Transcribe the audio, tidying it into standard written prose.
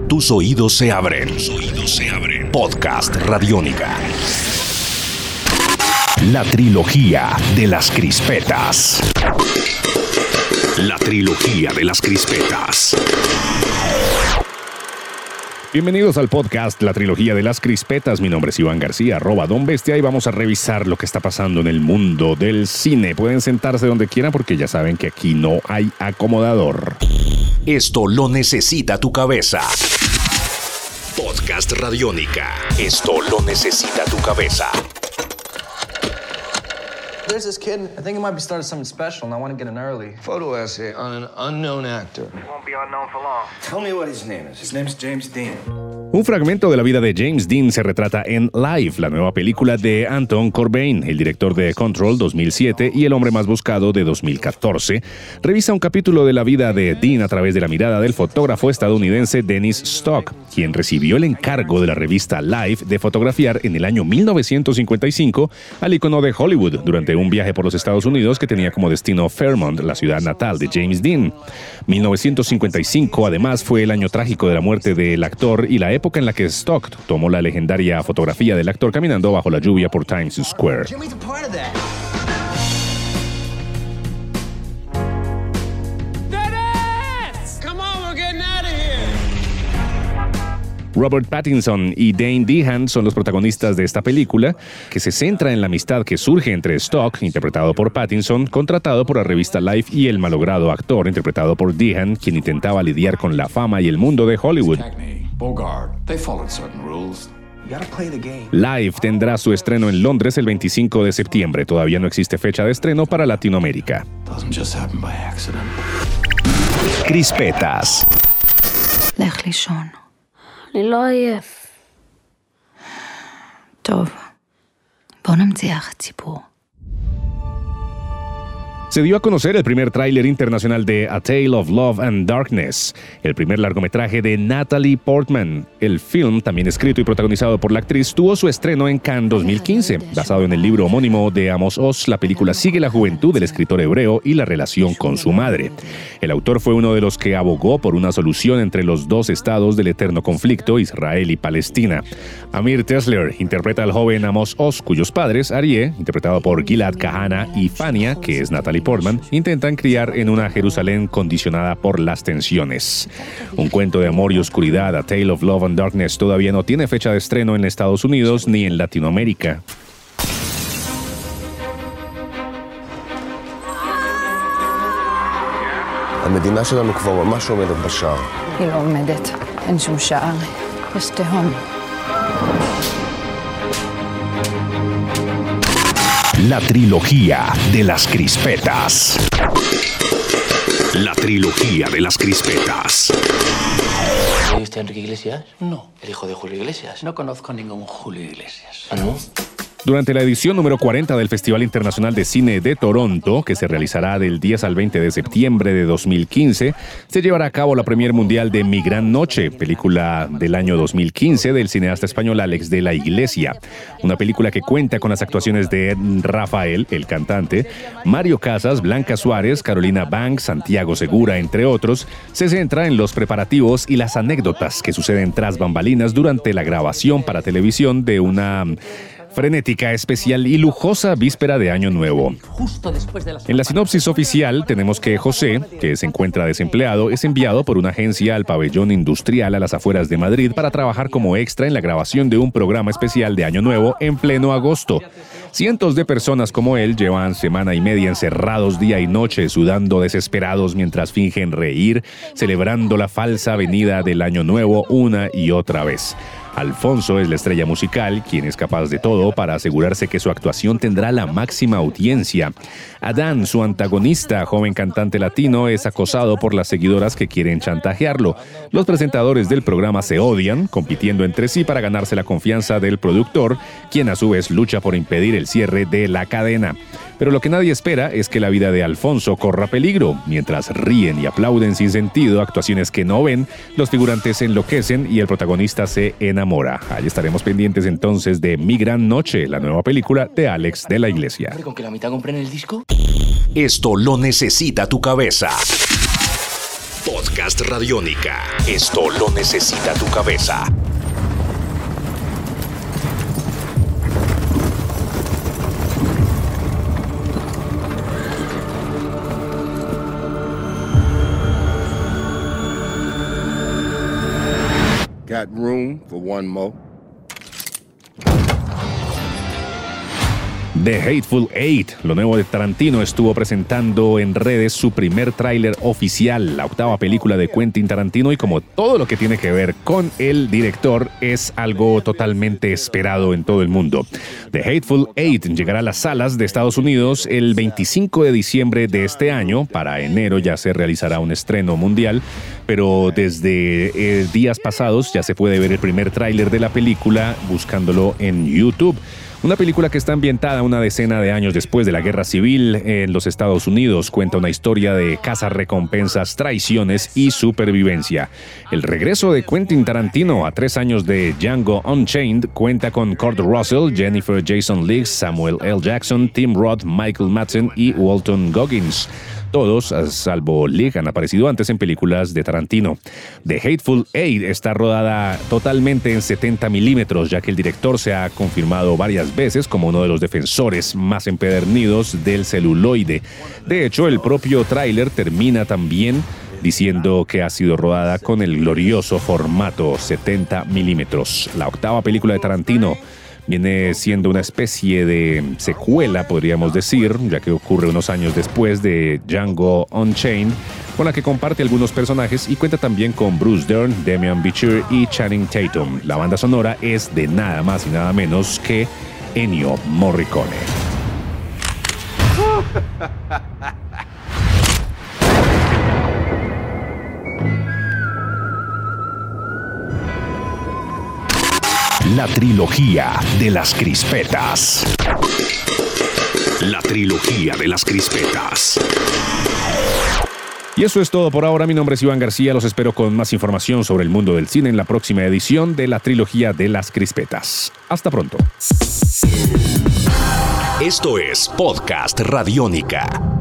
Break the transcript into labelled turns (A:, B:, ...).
A: Tus oídos se abren. Podcast Radiónica. La trilogía de las crispetas. Bienvenidos al podcast La Trilogía de las Crispetas. Mi nombre es Iván García, @DonBestia, y vamos a revisar lo que está pasando en el mundo del cine. Pueden sentarse donde quieran porque ya saben que aquí no hay acomodador. Esto lo necesita tu cabeza. Podcast Radiónica. Esto lo necesita tu cabeza.
B: There's this kid. I think he might be starting something special, and I want to get in early.
C: Photo essay on an unknown actor.
D: He won't be unknown for long.
C: Tell me what his name is.
D: His name's James Dean.
A: Un fragmento de la vida de James Dean se retrata en Live, la nueva película de Anton Corbijn, el director de Control 2007 y El hombre más buscado de 2014. Revisa un capítulo de la vida de Dean a través de la mirada del fotógrafo estadounidense Dennis Stock, quien recibió el encargo de la revista Live de fotografiar en el año 1955 al ícono de Hollywood durante un viaje por los Estados Unidos que tenía como destino Fairmont, la ciudad natal de James Dean. 1955 además fue el año trágico de la muerte del actor y la época en la que Stock tomó la legendaria fotografía del actor caminando bajo la lluvia por Times Square. Robert Pattinson y Dane DeHaan son los protagonistas de esta película, que se centra en la amistad que surge entre Stock, interpretado por Pattinson, contratado por la revista Life, y el malogrado actor, interpretado por DeHaan, quien intentaba lidiar con la fama y el mundo de Hollywood. Live tendrá su estreno en Londres el 25 de septiembre. Todavía no existe fecha de estreno para Latinoamérica. Crispetas.
E: אני לא עייף. טוב, בוא נמציח ציפור.
A: Se dio a conocer el primer tráiler internacional de A Tale of Love and Darkness, el primer largometraje de Natalie Portman. El film, también escrito y protagonizado por la actriz, tuvo su estreno en Cannes 2015. Basado en el libro homónimo de Amos Oz, la película sigue la juventud del escritor hebreo y la relación con su madre. El autor fue uno de los que abogó por una solución entre los dos estados del eterno conflicto, Israel y Palestina. Amir Tesler interpreta al joven Amos Oz, cuyos padres, Aryeh, interpretado por Gilad Kahana, y Fania, que es Natalie Portman, intentan criar en una Jerusalén condicionada por las tensiones. Un cuento de amor y oscuridad, A Tale of Love and Darkness, todavía no tiene fecha de estreno en Estados Unidos ni en Latinoamérica.
C: המדינה שלנו כבר ממש עומדת בשער.
E: היא לא עומדת, אין שום שער, יש תהום.
A: La trilogía de las crispetas. La trilogía de las crispetas.
F: ¿Sabe usted a Enrique Iglesias?
G: No.
F: ¿El hijo de Julio Iglesias?
G: No conozco ningún Julio Iglesias.
F: ¿Ah, no?
A: Durante la edición número 40 del Festival Internacional de Cine de Toronto, que se realizará del 10 al 20 de septiembre de 2015, se llevará a cabo la premier mundial de Mi Gran Noche, película del año 2015 del cineasta español Alex de la Iglesia. Una película que cuenta con las actuaciones de Rafael, el cantante, Mario Casas, Blanca Suárez, Carolina Banks, Santiago Segura, entre otros. Se centra en los preparativos y las anécdotas que suceden tras bambalinas durante la grabación para televisión de una frenética, especial y lujosa víspera de Año Nuevo. En la sinopsis oficial tenemos que José, que se encuentra desempleado, es enviado por una agencia al pabellón industrial a las afueras de Madrid para trabajar como extra en la grabación de un programa especial de Año Nuevo en pleno agosto. Cientos de personas como él llevan semana y media encerrados día y noche, sudando desesperados mientras fingen reír, celebrando la falsa venida del Año Nuevo una y otra vez. Alfonso es la estrella musical, quien es capaz de todo para asegurarse que su actuación tendrá la máxima audiencia. Adán, su antagonista, joven cantante latino, es acosado por las seguidoras que quieren chantajearlo. Los presentadores del programa se odian, compitiendo entre sí para ganarse la confianza del productor, quien a su vez lucha por impedir el cierre de la cadena. Pero lo que nadie espera es que la vida de Alfonso corra peligro. Mientras ríen y aplauden sin sentido actuaciones que no ven, los figurantes enloquecen y el protagonista se enamora. Ahí estaremos pendientes entonces de Mi Gran Noche, la nueva película de Alex de la Iglesia.
F: ¿Con que la mitad compren el disco?
A: Esto lo necesita tu cabeza.
H: Podcast Radiónica. Esto lo necesita tu cabeza.
I: Got room for one more?
A: The Hateful Eight, lo nuevo de Tarantino, estuvo presentando en redes su primer tráiler oficial, la octava película de Quentin Tarantino, y como todo lo que tiene que ver con el director es algo totalmente esperado en todo el mundo. The Hateful Eight llegará a las salas de Estados Unidos el 25 de diciembre de este año. Para enero ya se realizará un estreno mundial, pero desde días pasados ya se puede ver el primer tráiler de la película buscándolo en YouTube. Una película que está ambientada una decena de años después de la Guerra Civil en los Estados Unidos. Cuenta una historia de cazarrecompensas, traiciones y supervivencia. El regreso de Quentin Tarantino a 3 años de Django Unchained cuenta con Kurt Russell, Jennifer Jason Leigh, Samuel L. Jackson, Tim Roth, Michael Madsen y Walton Goggins. Todos, salvo Leigh, han aparecido antes en películas de Tarantino. The Hateful Eight está rodada totalmente en 70 milímetros, ya que el director se ha confirmado varias veces como uno de los defensores más empedernidos del celuloide. De hecho, el propio tráiler termina también diciendo que ha sido rodada con el glorioso formato 70 milímetros. La octava película de Tarantino viene siendo una especie de secuela, podríamos decir, ya que ocurre unos años después de Django Unchained, con la que comparte algunos personajes y cuenta también con Bruce Dern, Damian Bichir y Channing Tatum. La banda sonora es de nada más y nada menos que Ennio Morricone.
H: La trilogía de las crispetas. La trilogía de las crispetas.
A: Y eso es todo por ahora. Mi nombre es Iván García. Los espero con más información sobre el mundo del cine en la próxima edición de la trilogía de las crispetas. Hasta pronto.
H: Esto es Podcast Radiónica.